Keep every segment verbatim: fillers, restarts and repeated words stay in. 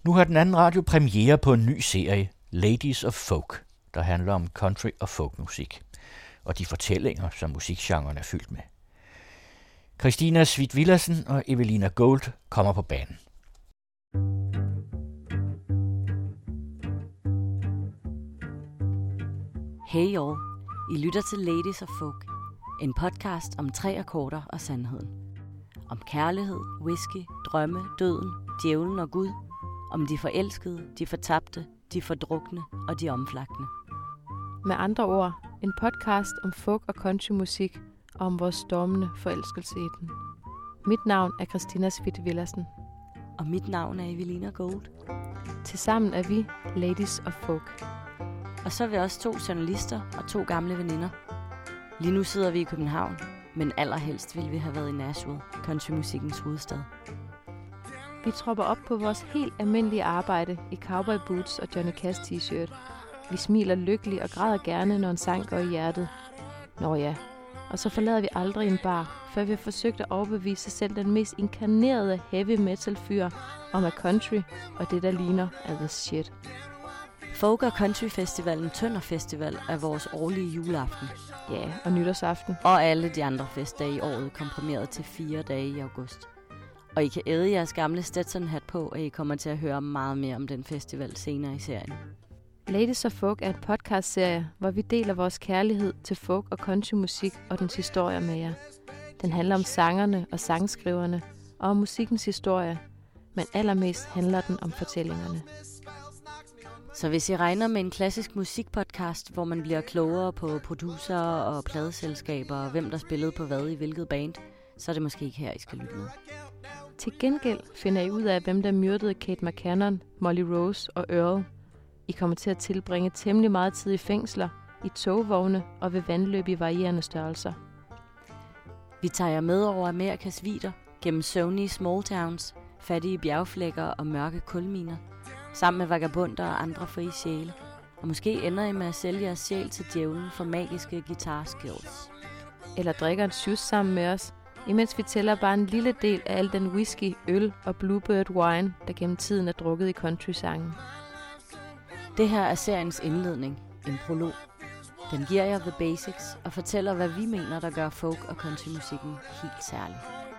Nu har den anden radio premiere på en ny serie, Ladies of Folk, der handler om country og folkmusik, og de fortællinger, som musikgenren er fyldt med. Christina Svidt-Villadsen og Evelina Gold kommer på banen. Hey y'all, I lytter til Ladies of Folk, en podcast om tre akkorder og sandheden. Om kærlighed, whisky, drømme, døden, djævlen og Gud. Om de forelskede, de fortabte, de fordrukne og de omflakkende. Med andre ord, en podcast om folk og countrymusik og om vores stormende forelskelse i den. Mit navn er Christina Svidt-Villadsen. Og mit navn er Evelina Gold. Tilsammen er vi Ladies of Folk. Og så er vi også to journalister og to gamle veninder. Lige nu sidder vi i København, men allerhelst ville vi have været i Nashville, countrymusikkens hovedstad. Vi tropper op på vores helt almindelige arbejde i cowboy boots og Johnny Cash t-shirt. Vi smiler lykkeligt og græder gerne, når en sang går i hjertet. Nå ja, og så forlader vi aldrig en bar, før vi har forsøgt at overbevise sig selv den mest inkarnerede heavy metal fyr om at country og det, der ligner, er the shit. Folk- og Countryfestivalen Tønder Festival er vores årlige juleaften. Ja, og nytårsaften. Og alle de andre festdage i året komprimeret til fire dage i august. Og I kan æde jeres gamle Stetson-hat på, og I kommer til at høre meget mere om den festival senere i serien. Ladies of Folk er en podcastserie, hvor vi deler vores kærlighed til folk- og countrymusik og dens historier med jer. Den handler om sangerne og sangskriverne og om musikkens historie, men allermest handler den om fortællingerne. Så hvis I regner med en klassisk musikpodcast, hvor man bliver klogere på producerer og pladeselskaber og hvem der spillede på hvad i hvilket band, så er det måske ikke her, I skal lytte med. Til gengæld finder I ud af, hvem der myrdede Kate McCannon, Molly Rose og Earl. I kommer til at tilbringe temmelig meget tid i fængsler, i togvogne og ved vandløb i varierende størrelser. Vi tager jer med over Amerikas vidder, gennem søvnige small towns, fattige bjergflækker og mørke kulminer, sammen med vagabunder og andre frie sjæle. Og måske ender I med at sælge jeres sjæl til djævlen for magiske guitar skills. Eller drikker en shoes sammen med os, imens vi tæller bare en lille del af al den whisky, øl og bluebird wine, der gennem tiden er drukket i country-sangen. Det her er seriens indledning, en prolog. Den giver jer the basics og fortæller, hvad vi mener, der gør folk- og countrymusikken helt særlig.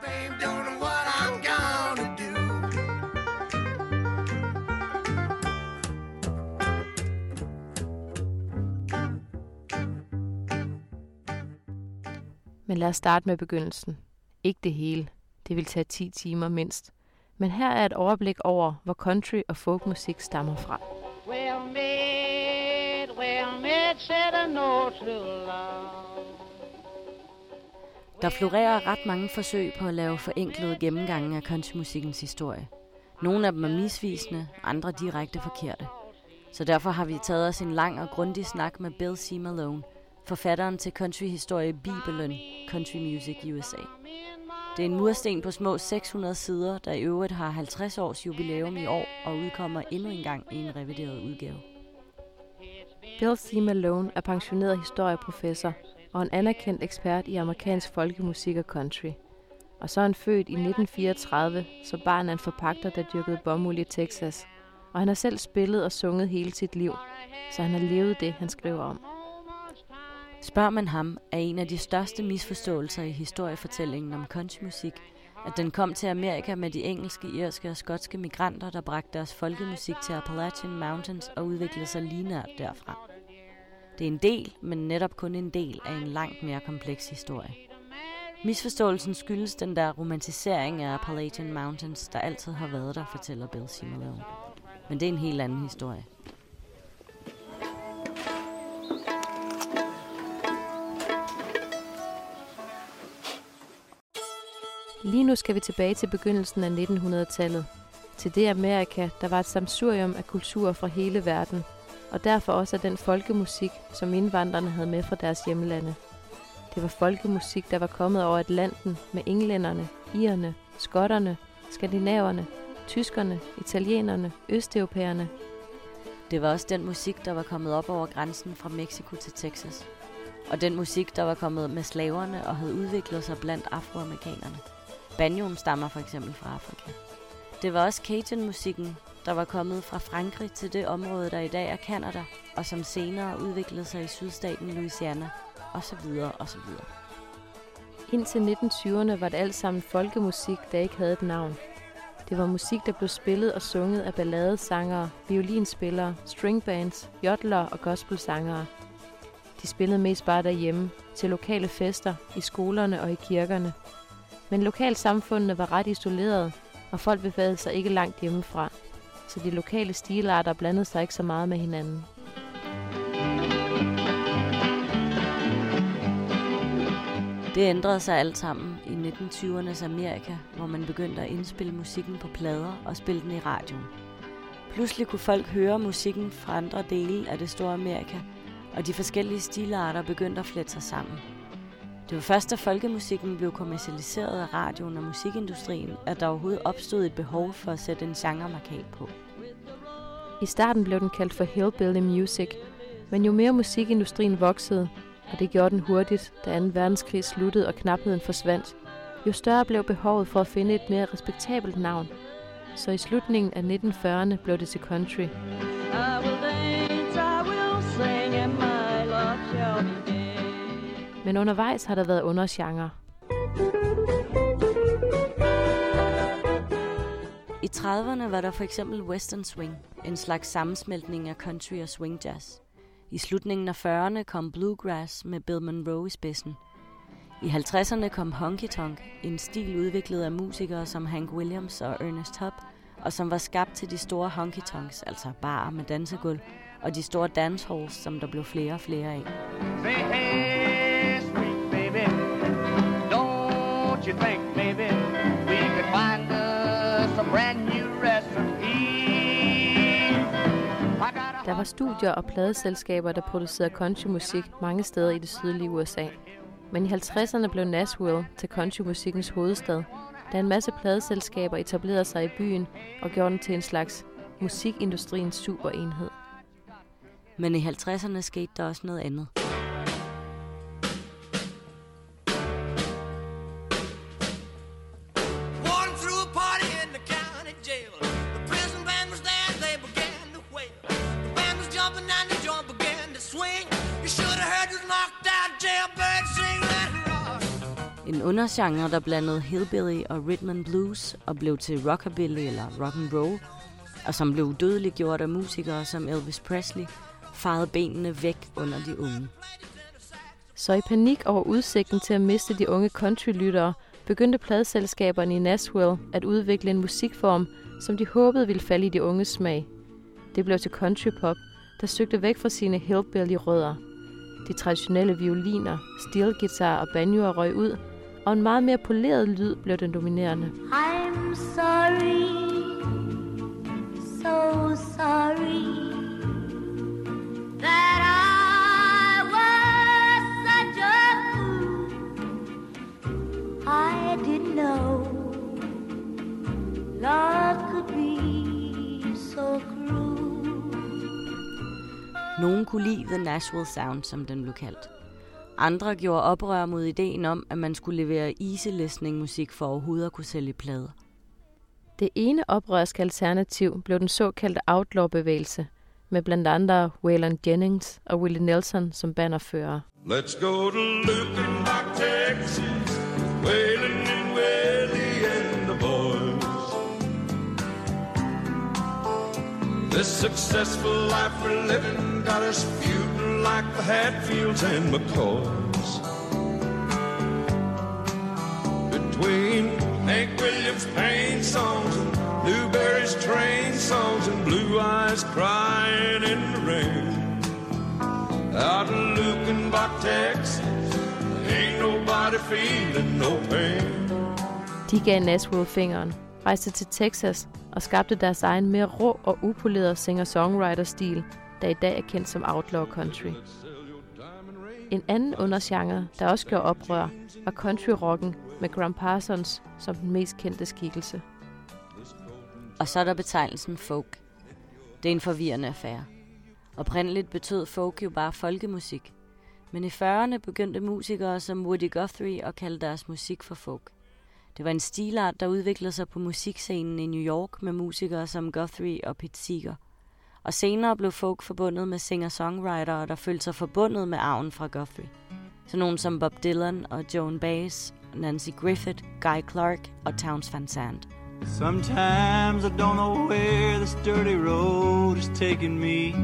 Men lad os starte med begyndelsen. Ikke det hele. Det vil tage ti timer mindst. Men her er et overblik over, hvor country og folkmusik stammer fra. Well met, well met, said a no to love. Der florerer ret mange forsøg på at lave forenklede gennemgange af countrymusikkens historie. Nogle af dem er misvisende, andre direkte forkerte. Så derfor har vi taget os en lang og grundig snak med Bill C. Malone, forfatteren til countryhistorie Bibelen, Country Music U S A. Det er en mursten på små seks hundrede sider, der i øvrigt har halvtreds års jubilæum i år og udkommer endnu en gang i en revideret udgave. Bill C. Malone er pensioneret historieprofessor og en anerkendt ekspert i amerikansk folkemusik og country. Og så er han født i nitten fireogtredive, så barn af en forpagter, der dyrkede bomuld i Texas. Og han har selv spillet og sunget hele sit liv, så han har levet det, han skriver om. Spørger man ham, er en af de største misforståelser i historiefortællingen om countrymusik, at den kom til Amerika med de engelske, irske og skotske migranter, der bragte deres folkemusik til Appalachian Mountains og udviklede sig lineært derfra. Det er en del, men netop kun en del af en langt mere kompleks historie. Misforståelsen skyldes den der romantisering af Appalachian Mountains, der altid har været der, fortæller Bill C. Malone. Men det er en helt anden historie. Lige nu skal vi tilbage til begyndelsen af nitten hundrede-tallet. Til det Amerika, der var et sammensurium af kulturer fra hele verden, og derfor også af den folkemusik, som indvandrerne havde med fra deres hjemlande. Det var folkemusik, der var kommet over Atlanten med englænderne, irerne, skotterne, skandinaverne, tyskerne, italienerne, østeuropæerne. Det var også den musik, der var kommet op over grænsen fra Mexico til Texas. Og den musik, der var kommet med slaverne og havde udviklet sig blandt afroamerikanerne. Banjoen stammer for eksempel fra Afrika. Det var også Cajun-musikken, der var kommet fra Frankrig til det område, der i dag er Canada, og som senere udviklede sig i sydstaten Louisiana, osv. osv. Indtil nitten tyverne var det alt sammen folkemusik, der ikke havde et navn. Det var musik, der blev spillet og sunget af balladesangere, violinspillere, stringbands, jodlere og gospelsangere. De spillede mest bare derhjemme, til lokale fester, i skolerne og i kirkerne. Men lokalsamfundene var ret isolerede, og folk bevægede sig ikke langt hjemmefra, så de lokale stilarter blandede sig ikke så meget med hinanden. Det ændrede sig alt sammen i nitten tyvernes Amerika, hvor man begyndte at indspille musikken på plader og spille den i radioen. Pludselig kunne folk høre musikken fra andre dele af det store Amerika, og de forskellige stilarter begyndte at flette sig sammen. Det var først, da folkemusikken blev kommercialiseret af radioen og musikindustrien, at der overhovedet opstod et behov for at sætte en genremarkat på. I starten blev den kaldt for hillbilly music, men jo mere musikindustrien voksede, og det gjorde den hurtigt, da anden verdenskrig sluttede og knapheden forsvandt, jo større blev behovet for at finde et mere respektabelt navn. Så i slutningen af nitten fyrrerne blev det til country. Men undervejs har der været undergenre. I trediverne var der for eksempel western swing, en slags sammensmeltning af country og swing jazz. I slutningen af fyrrerne kom bluegrass med Bill Monroe i spidsen. I halvtredserne kom honky tonk, en stil udviklet af musikere som Hank Williams og Ernest Tubb, og som var skabt til de store honky tonks, altså barer med dansegulv, og de store dancehalls, som der blev flere og flere af. Say, hey, sweet baby, don't you think, baby, we could find us a brand new recipe? Der var studier og pladeselskaber, der producerede countrymusik mange steder i det sydlige U S A. Men i halvtredserne blev Nashville til countrymusikkens hovedstad, da en masse pladeselskaber etablerede sig i byen og gjorde den til en slags musikindustriens superenhed. Men i halvtredserne skete der også noget andet. En undergenre, der blandede hillbilly og rhythm and blues og blev til rockabilly eller rock and roll, og som blev udødeligt gjort af musikere som Elvis Presley, farede benene væk under de unge. Så i panik over udsigten til at miste de unge countrylyttere, begyndte pladeselskaberne i Nashville at udvikle en musikform, som de håbede ville falde i de unges smag. Det blev til countrypop, der søgte væk fra sine hillbilly-rødder. De traditionelle violiner, steelguitar og banjoer røg ud, og en meget mere poleret lyd blev den dominerende. I'm sorry, so sorry, that I was such a fool. I didn't know love could be so cruel. Nogen kunne lide The Nashville Sound, som den blev kaldt. Andre gjorde oprør mod ideen om, at man skulle levere easy listening musik for overhovedet at kunne sælge plader. Det ene oprørske alternativ blev den såkaldte outlaw-bevægelse, med blandt andre Waylon Jennings og Willie Nelson som bannerfører. Let's go to Lukenbach, Texas, Waylon and Willie and the boys. This successful life we're living got us feuding like the Hatfields and McCoys. Between Hank Williams' pain songs and Newberry's train songs and Blue Eyes crying in the rain. Out in Lukenbach, Texas, ain't nobody feeling no pain. De gav Nashville fingeren, rejste til Texas og skabte deres egen mere rå og upoleret singer-songwriter-stil, der i dag er kendt som outlaw country. En anden undergenre, der også gjorde oprør, var country-rocken med Gram Parsons som den mest kendte skikkelse. Og så er der betegnelsen folk. Det er en forvirrende affære. Oprindeligt betød folk jo bare folkemusik. Men i fyrrerne begyndte musikere som Woody Guthrie at kalde deres musik for folk. Det var en stilart, der udviklede sig på musikscenen i New York med musikere som Guthrie og Pete Seeger. Og senere blev folk forbundet med singer-songwritere, der følte sig forbundet med arven fra Guthrie. Så nogen som Bob Dylan og Joan Baez, Nancy Griffith, Guy Clark og Townes Van Zandt. Sometimes I don't know where this dirty road is taking me.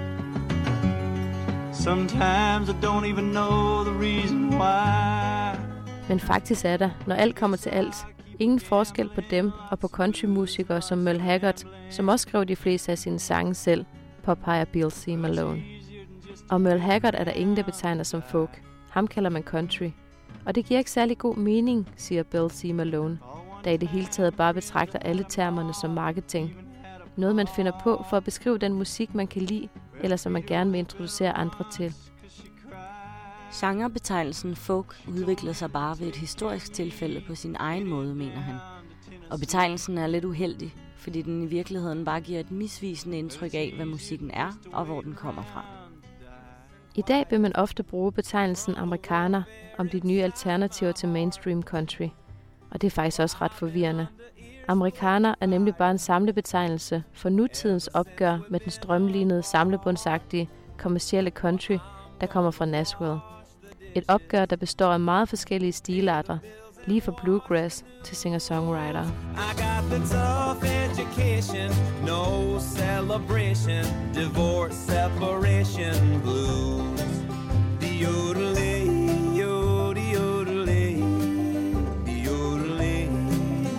Sometimes I don't even know the reason why. Men faktisk er der, når alt kommer til alt, ingen forskel på dem og på countrymusikere som Merle Haggard, som også skrev de fleste af sine sange selv, påpeger Bill C. Malone. Og Merle Haggard er der ingen, der betegner som folk. Ham kalder man country. Og det giver ikke særlig god mening, siger Bill C. Malone, der i det hele taget bare betragter alle termerne som marketing. Noget man finder på for at beskrive den musik, man kan lide, eller som man gerne vil introducere andre til. Genrebetegnelsen folk udvikler sig bare ved et historisk tilfælde på sin egen måde, mener han. Og betegnelsen er lidt uheldig, fordi den i virkeligheden bare giver et misvisende indtryk af, hvad musikken er og hvor den kommer fra. I dag vil man ofte bruge betegnelsen amerikaner om de nye alternativer til mainstream country. Og det er faktisk også ret forvirrende. Amerikaner er nemlig bare en samlebetegnelse for nutidens opgør med den strømlignede, samlebundsagtige, kommercielle country, der kommer fra Nashville. Et opgør, der består af meget forskellige stilarter, lige fra bluegrass til singer-songwriter. I got the tough education, no celebration, divorce, separation blues. The yodeling, yode, yodeling, the yodeling.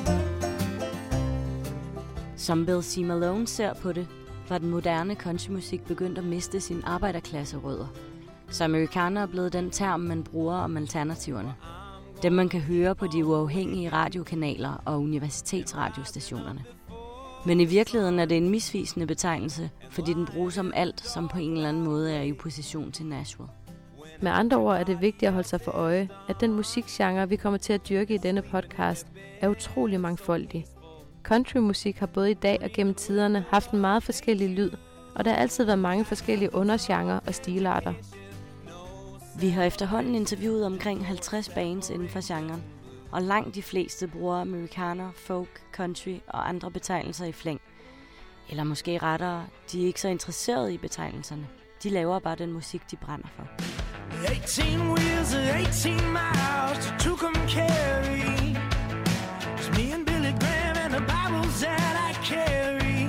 Som Bill C. Malone ser på det, var den moderne countrymusik begyndt at miste sin arbejderklasserødder. Så amerikaner er blevet den term, man bruger om alternativerne. Dem man kan høre på de uafhængige radiokanaler og universitetsradiostationerne. Men i virkeligheden er det en misvisende betegnelse, fordi den bruges om alt, som på en eller anden måde er i opposition til Nashville. Med andre ord er det vigtigt at holde sig for øje, at den musikgenre, vi kommer til at dyrke i denne podcast, er utrolig mangfoldig. Countrymusik har både i dag og gennem tiderne haft en meget forskellig lyd, og der har altid været mange forskellige undergenrer og stilarter. Vi har efterhånden interviewet omkring halvtreds bands inden for genren, og langt de fleste bruger amerikaner, folk, country og andre betegnelser i flæng. Eller måske rettere, de er ikke så interesserede i betegnelserne. De laver bare den musik, de brænder for. eighteen wheels and eighteen miles to Tucum carry. It's me and Billy Graham and the Bibles that I carry.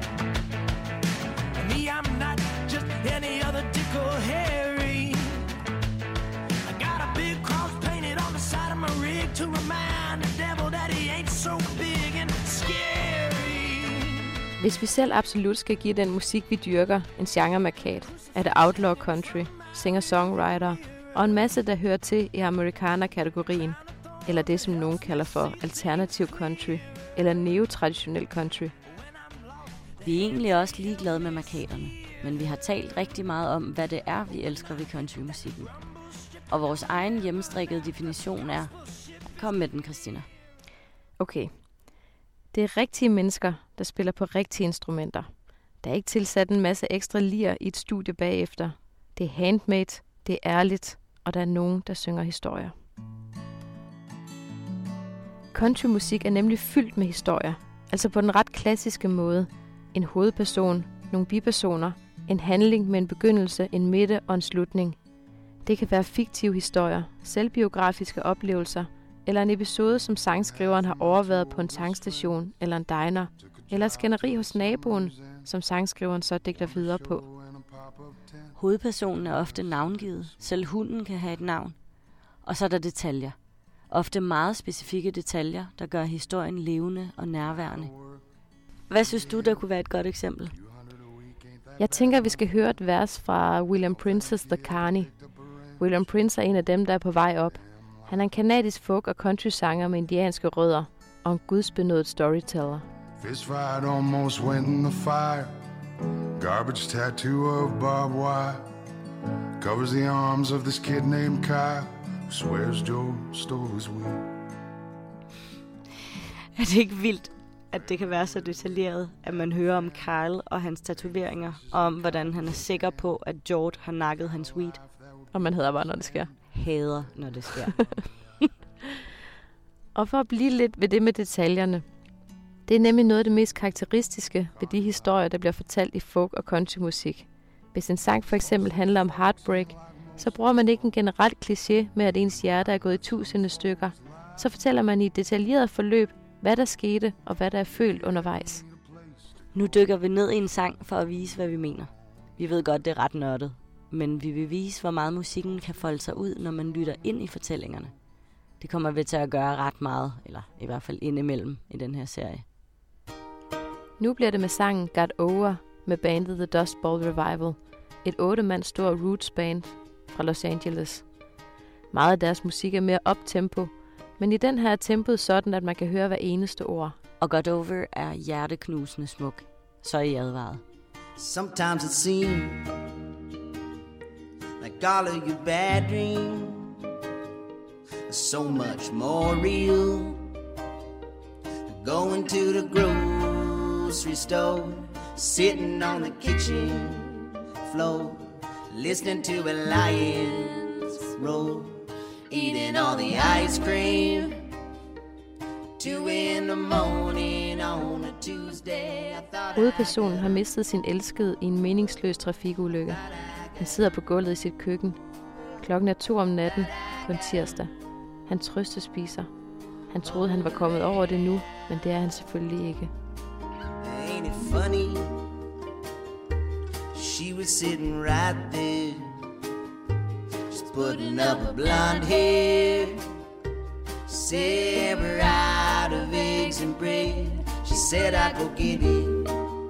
And me, I'm not just any other Dick or Harry. I got a big cross painted on the side of my rig to remind the devil that he ain't so big and scary. Hvis vi selv absolut skal give den musik, vi dyrker, en genremarkat, er det outlaw country, singer-songwriter og en masse, der hører til i amerikaner-kategorien, eller det, som nogen kalder for alternativ country, eller neotraditionel country. Vi er egentlig også ligeglade med markaterne, men vi har talt rigtig meget om, hvad det er, vi elsker ved countrymusikken. Og vores egen hjemmestrikkede definition er, kom med den, Christina. Okay. Det er rigtige mennesker, der spiller på rigtige instrumenter. Der er ikke tilsat en masse ekstra lir i et studie bagefter. Det er handmade, det er ærligt, og der er nogen, der synger historier. Countrymusik er nemlig fyldt med historier, altså på den ret klassiske måde. En hovedperson, nogle bipersoner, en handling med en begyndelse, en midte og en slutning. Det kan være fiktive historier, selvbiografiske oplevelser, eller en episode, som sangskriveren har overværet på en tankstation eller en diner, eller et skænderi hos naboen, som sangskriveren så digter videre på. Hovedpersonen er ofte navngivet, selv hunden kan have et navn. Og så er der detaljer. Ofte meget specifikke detaljer, der gør historien levende og nærværende. Hvad synes du, der kunne være et godt eksempel? Jeg tænker, at vi skal høre et vers fra William Prince's The Carney. William Prince er en af dem, der er på vej op. Han er en kanadisk folk- og country-sanger med indianske rødder og en gudsbenådet storyteller. Fist fight almost went in the fire. Garbage tattoo of barbed wire covers the arms of this kid named Kyle, who swears Joe stole his weed. Er det ikke vildt, at det kan være så detaljeret, at man hører om Kyle og hans tatoveringer, og om hvordan han er sikker på, at George har nakket hans weed? Og man hader bare, når det sker. Hader, når det sker. Og for at blive lidt ved det med detaljerne. Det er nemlig noget af det mest karakteristiske ved de historier, der bliver fortalt i folk- og countrymusik. Hvis en sang for eksempel handler om heartbreak, så bruger man ikke en generel kliché med, at ens hjerte er gået i tusinde stykker. Så fortæller man i et detaljeret forløb, hvad der skete og hvad der er følt undervejs. Nu dykker vi ned i en sang for at vise, hvad vi mener. Vi ved godt, det er ret nørdet, men vi vil vise, hvor meget musikken kan folde sig ud, når man lytter ind i fortællingerne. Det kommer vi til at gøre ret meget, eller i hvert fald indimellem i den her serie. Nu bliver det med sangen Got Over med bandet The Dust Bowl Revival, et otte mand stor roots band fra Los Angeles. Meget af deres musik er mere uptempo, men i den her er tempoet sådan, at man kan høre hver eneste ord. Og Got Over er hjerteknusende smuk, så er I advaret. Sometimes it seems like all of your bad dreams are so much more real. Going to the grocery store, sitting on the kitchen floor, listening to a lion's roar, eating all the ice cream. Two in the morning on a Tuesday. Hovedpersonen har mistet sin elskede i en meningsløs trafikulykke. Han sidder på gulvet i sit køkken. Klokken er to om natten på en tirsdag. Han trøstespiser. Han troede, han var kommet over det nu, men det er han selvfølgelig ikke. Ain't it funny? She was sitting right there, just putting up her blonde hair. Said we're out of eggs and bread. She said I'd go get it.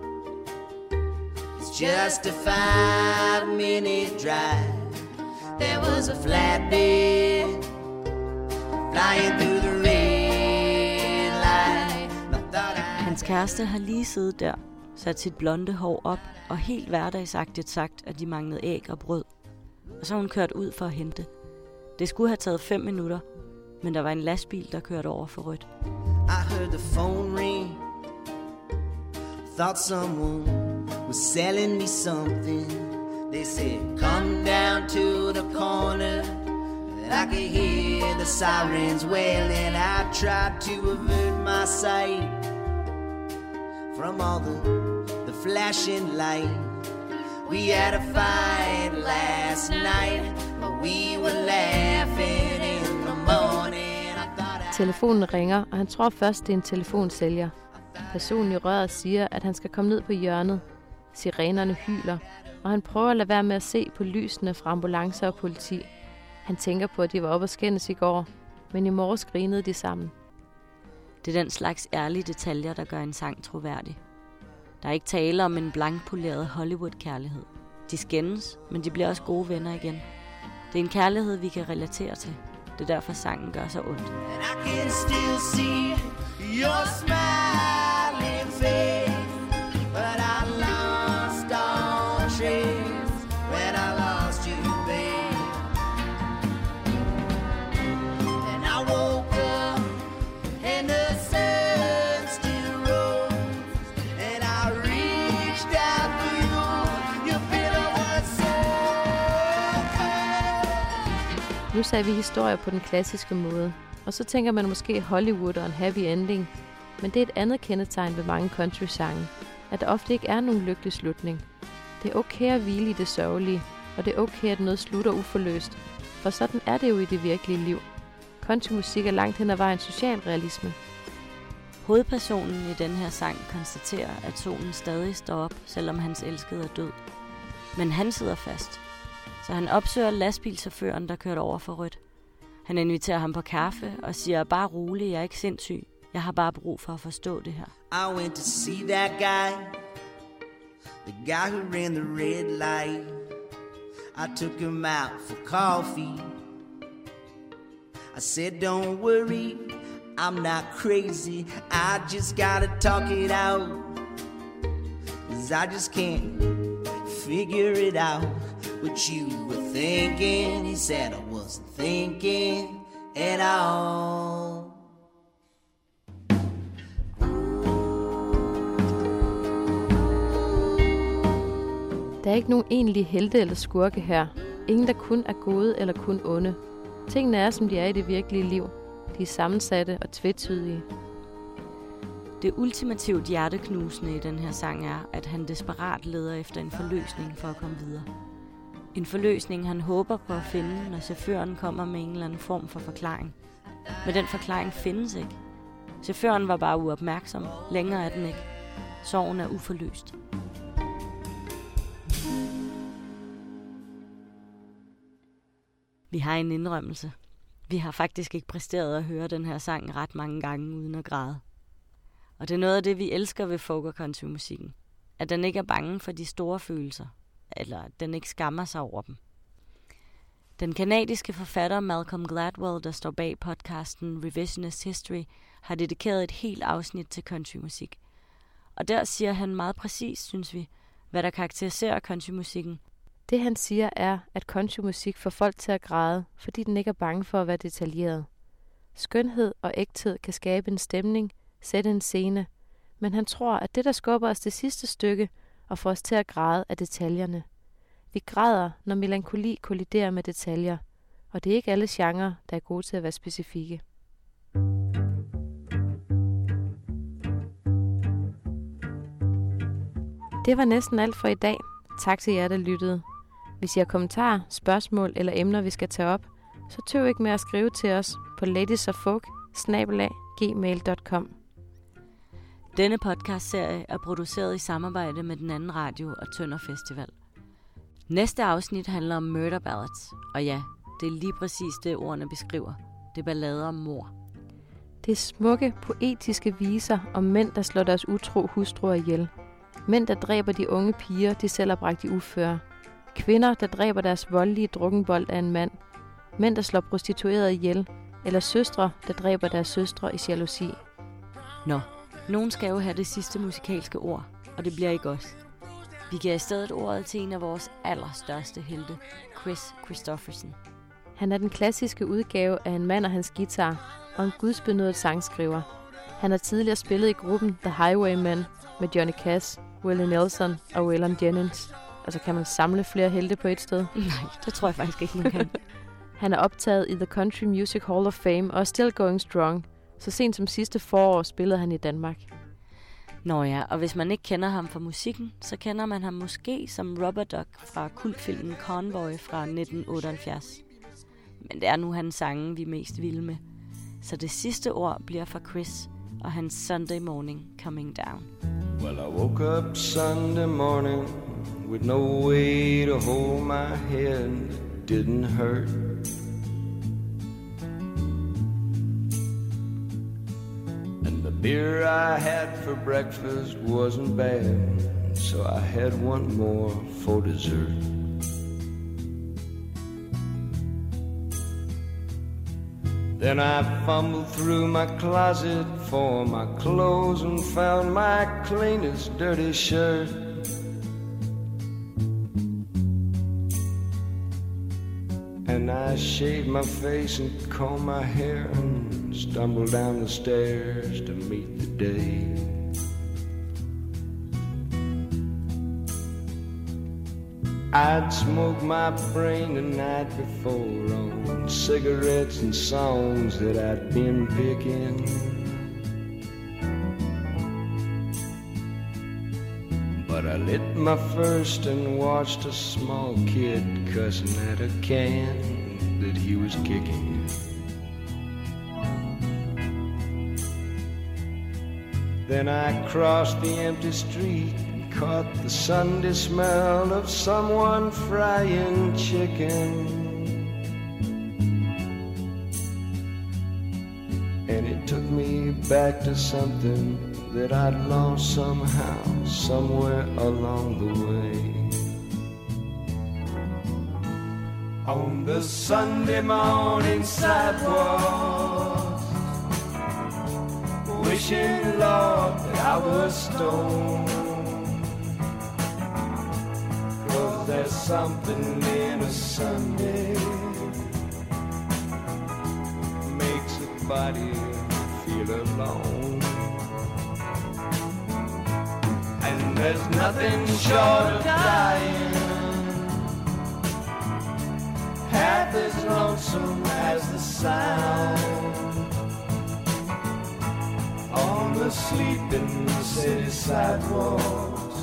It's just a five-minute drive. There was a flatbed flying through the red light. Hans kæreste har lige siddet der, sat sit blonde hår op og helt hverdagsagtigt sagt, at de manglede æg og brød. Og så har hun kørt ud for at hente. Det skulle have taget fem minutter, men der var en lastbil, der kørte over for rødt. I heard the phone ring. Thought someone was selling me something. They said, come down to the corner. And I could hear the sirens wailing. I tried to avert my sight from all the, the flashing light. We had a fight last night, but we were laughing in the morning. Telefonen ringer, og han tror først, det er en telefonsælger. Personen i røret siger, at han skal komme ned på hjørnet. Sirenerne hyler, og han prøver at lade være med at se på lysene fra ambulancer og politi. Han tænker på, at de var oppe og skændes i går, men i morges grinede de sammen. Det er den slags ærlige detaljer, der gør en sang troværdig. Der er ikke tale om en blankpoleret Hollywood-kærlighed. De skændes, men de bliver også gode venner igen. Det er en kærlighed, vi kan relatere til. Det er derfor sangen gør så ondt. And I can still see your smiling face, but I lost all trace when I lost you, babe. And I woke up and the sun still rose, and I reached out for you. Your pillow was so cold. Nu sagde vi historier på den klassiske måde, og så tænker man måske Hollywood og en happy ending. Men det er et andet kendetegn ved mange country-sange, at der ofte ikke er nogen lykkelig slutning. Det er okay at hvile i det sørgelige, og det er okay, at noget slutter uforløst, for sådan er det jo i det virkelige liv. Countrymusik er langt hen ad vejen socialrealisme. Hovedpersonen i den her sang konstaterer, at solen stadig står op, selvom hans elskede er død. Men han sidder fast, så han opsøger lastbilchaufføren, der kørte over for rødt. Han inviterer ham på kaffe og siger, bare rolig, jeg er ikke sindssyg. Jeg har bare brug for at forstå det her. I went to see that guy, the guy who ran the red light. I took him out for coffee. I said, don't worry, I'm not crazy. I just gotta talk it out, 'cause I just can't figure it out. What you were thinking, he said I wasn't thinking at all. Der er ikke nogen egentlige helte eller skurke her. Ingen, der kun er gode eller kun onde. Tingene er, som de er i det virkelige liv. De er sammensatte og tvetydige. Det ultimativt hjerteknusende i den her sang er, at han desperat leder efter en forløsning for at komme videre. En forløsning, han håber på at finde, når chaufføren kommer med en eller anden form for forklaring. Men den forklaring findes ikke. Chaufføren var bare uopmærksom. Længere er den ikke. Sorgen er uforløst. Vi har en indrømmelse. Vi har faktisk ikke præsteret at høre den her sang ret mange gange uden at græde. Og det er noget af det, vi elsker ved folk- og countrymusikken. At den ikke er bange for de store følelser. Eller at den ikke skammer sig over dem. Den kanadiske forfatter Malcolm Gladwell, der står bag podcasten Revisionist History, har dedikeret et helt afsnit til countrymusik. Og der siger han meget præcis, synes vi, hvad der karakteriserer countrymusikken. Det han siger er, at countrymusik får folk til at græde, fordi den ikke er bange for at være detaljeret. Skønhed og ægthed kan skabe en stemning, sætte en scene, men han tror, at det, der skubber os det sidste stykke og får os til at græde, er detaljerne. Vi græder, når melankoli kolliderer med detaljer, og det er ikke alle genrer, der er gode til at være specifikke. Det var næsten alt for i dag. Tak til jer, der lyttede. Hvis I har kommentarer, spørgsmål eller emner, vi skal tage op, så tøv ikke med at skrive til os på ladiesoffolk bindestreg gmail punktum com. Denne podcastserie er produceret i samarbejde med den anden radio og Tønder Festival. Næste afsnit handler om murder ballads, og ja, det er lige præcis det, ordene beskriver. Det er ballader om mord. Det er smukke, poetiske viser om mænd, der slår deres utro hustruer ihjel. Mænd, der dræber de unge piger, de selv har bragt i uføre. Kvinder, der dræber deres voldelige drukkenbold af en mand. Mænd, der slår prostituerede ihjel. Eller søstre, der dræber deres søstre i jalousi. Nå, nogen skal jo have det sidste musikalske ord, og det bliver ikke os. Vi giver i stedet ordet til en af vores allerstørste helte, Kris Kristofferson. Han er den klassiske udgave af en mand og hans guitar, og en gudsbenådet sangskriver. Han har tidligere spillet i gruppen The Highwaymen med Johnny Cash, Willie Nelson og Waylon Jennings. Altså, kan man samle flere helte på et sted? Nej, det tror jeg faktisk ikke, man kan. Han er optaget i The Country Music Hall of Fame og er still going strong. Så sent som sidste forår spillede han i Danmark. Nå ja, og hvis man ikke kender ham fra musikken, så kender man ham måske som Rubber Duck fra kultfilmen Convoy fra nitten otteoghalvfjerds. Men det er nu hans sange, vi er mest vilde med. Så det sidste ord bliver fra Kris og hans Sunday Morning Coming Down. Well, I woke up Sunday morning with no way to hold my head. It didn't hurt. And the beer I had for breakfast wasn't bad, so I had one more for dessert. Then I fumbled through my closet for my clothes and found my cleanest dirty shirt. And I shaved my face and combed my hair and stumbled down the stairs to meet the day. I'd smoked my brain the night before on cigarettes and songs that I'd been picking. But I lit my first and watched a small kid cussing at a can that he was kicking. Then I crossed the empty street, caught the Sunday smell of someone frying chicken. And it took me back to something that I'd lost somehow, somewhere along the way. On the Sunday morning sidewalk, wishing, Lord, that I was stoned. Cause there's something in a Sunday makes a body feel alone. And there's nothing short of dying half as lonesome as the sound the sleeping city sidewalks.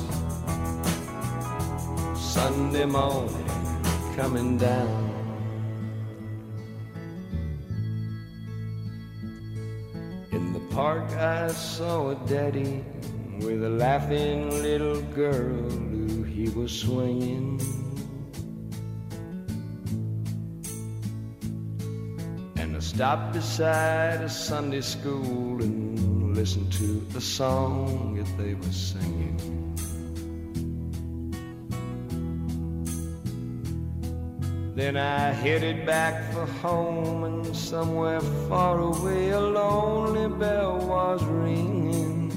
Sunday morning coming down. In the park I saw a daddy with a laughing little girl who he was swinging. And I stopped beside a Sunday school and listened to the song that they were singing. Then I headed back for home, and somewhere far away a lonely bell was ringing.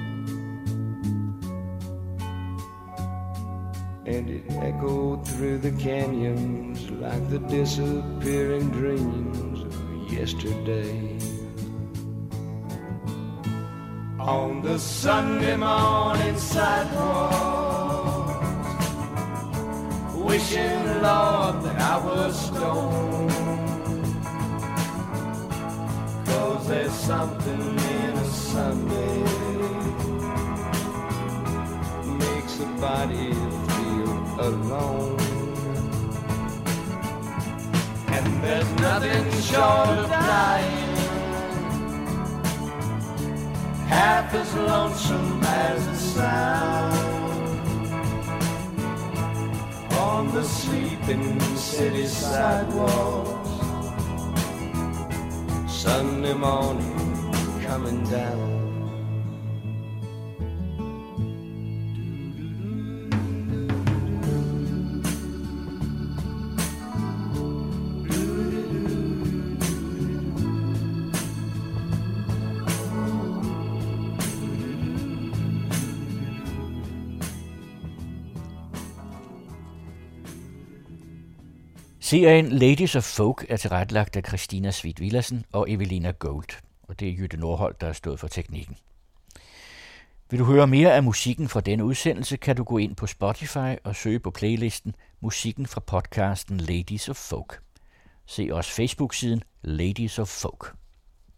And it echoed through the canyons like the disappearing dreams of yesterday. On the Sunday morning sidewalk, wishing, Lord, that I was stoned. 'Cause there's something in a Sunday makes a body feel alone. And there's nothing short of dying half as lonesome as it sounds. On the sleeping city sidewalks, Sunday morning coming down. Serien Ladies of Folk er tilrettelagt af Christina Sweet Villadsen og Evelina Gold, og det er Jytte Nordholt, der har stået for teknikken. Vil du høre mere af musikken fra denne udsendelse, kan du gå ind på Spotify og søge på playlisten Musikken fra podcasten Ladies of Folk. Se også Facebook-siden Ladies of Folk.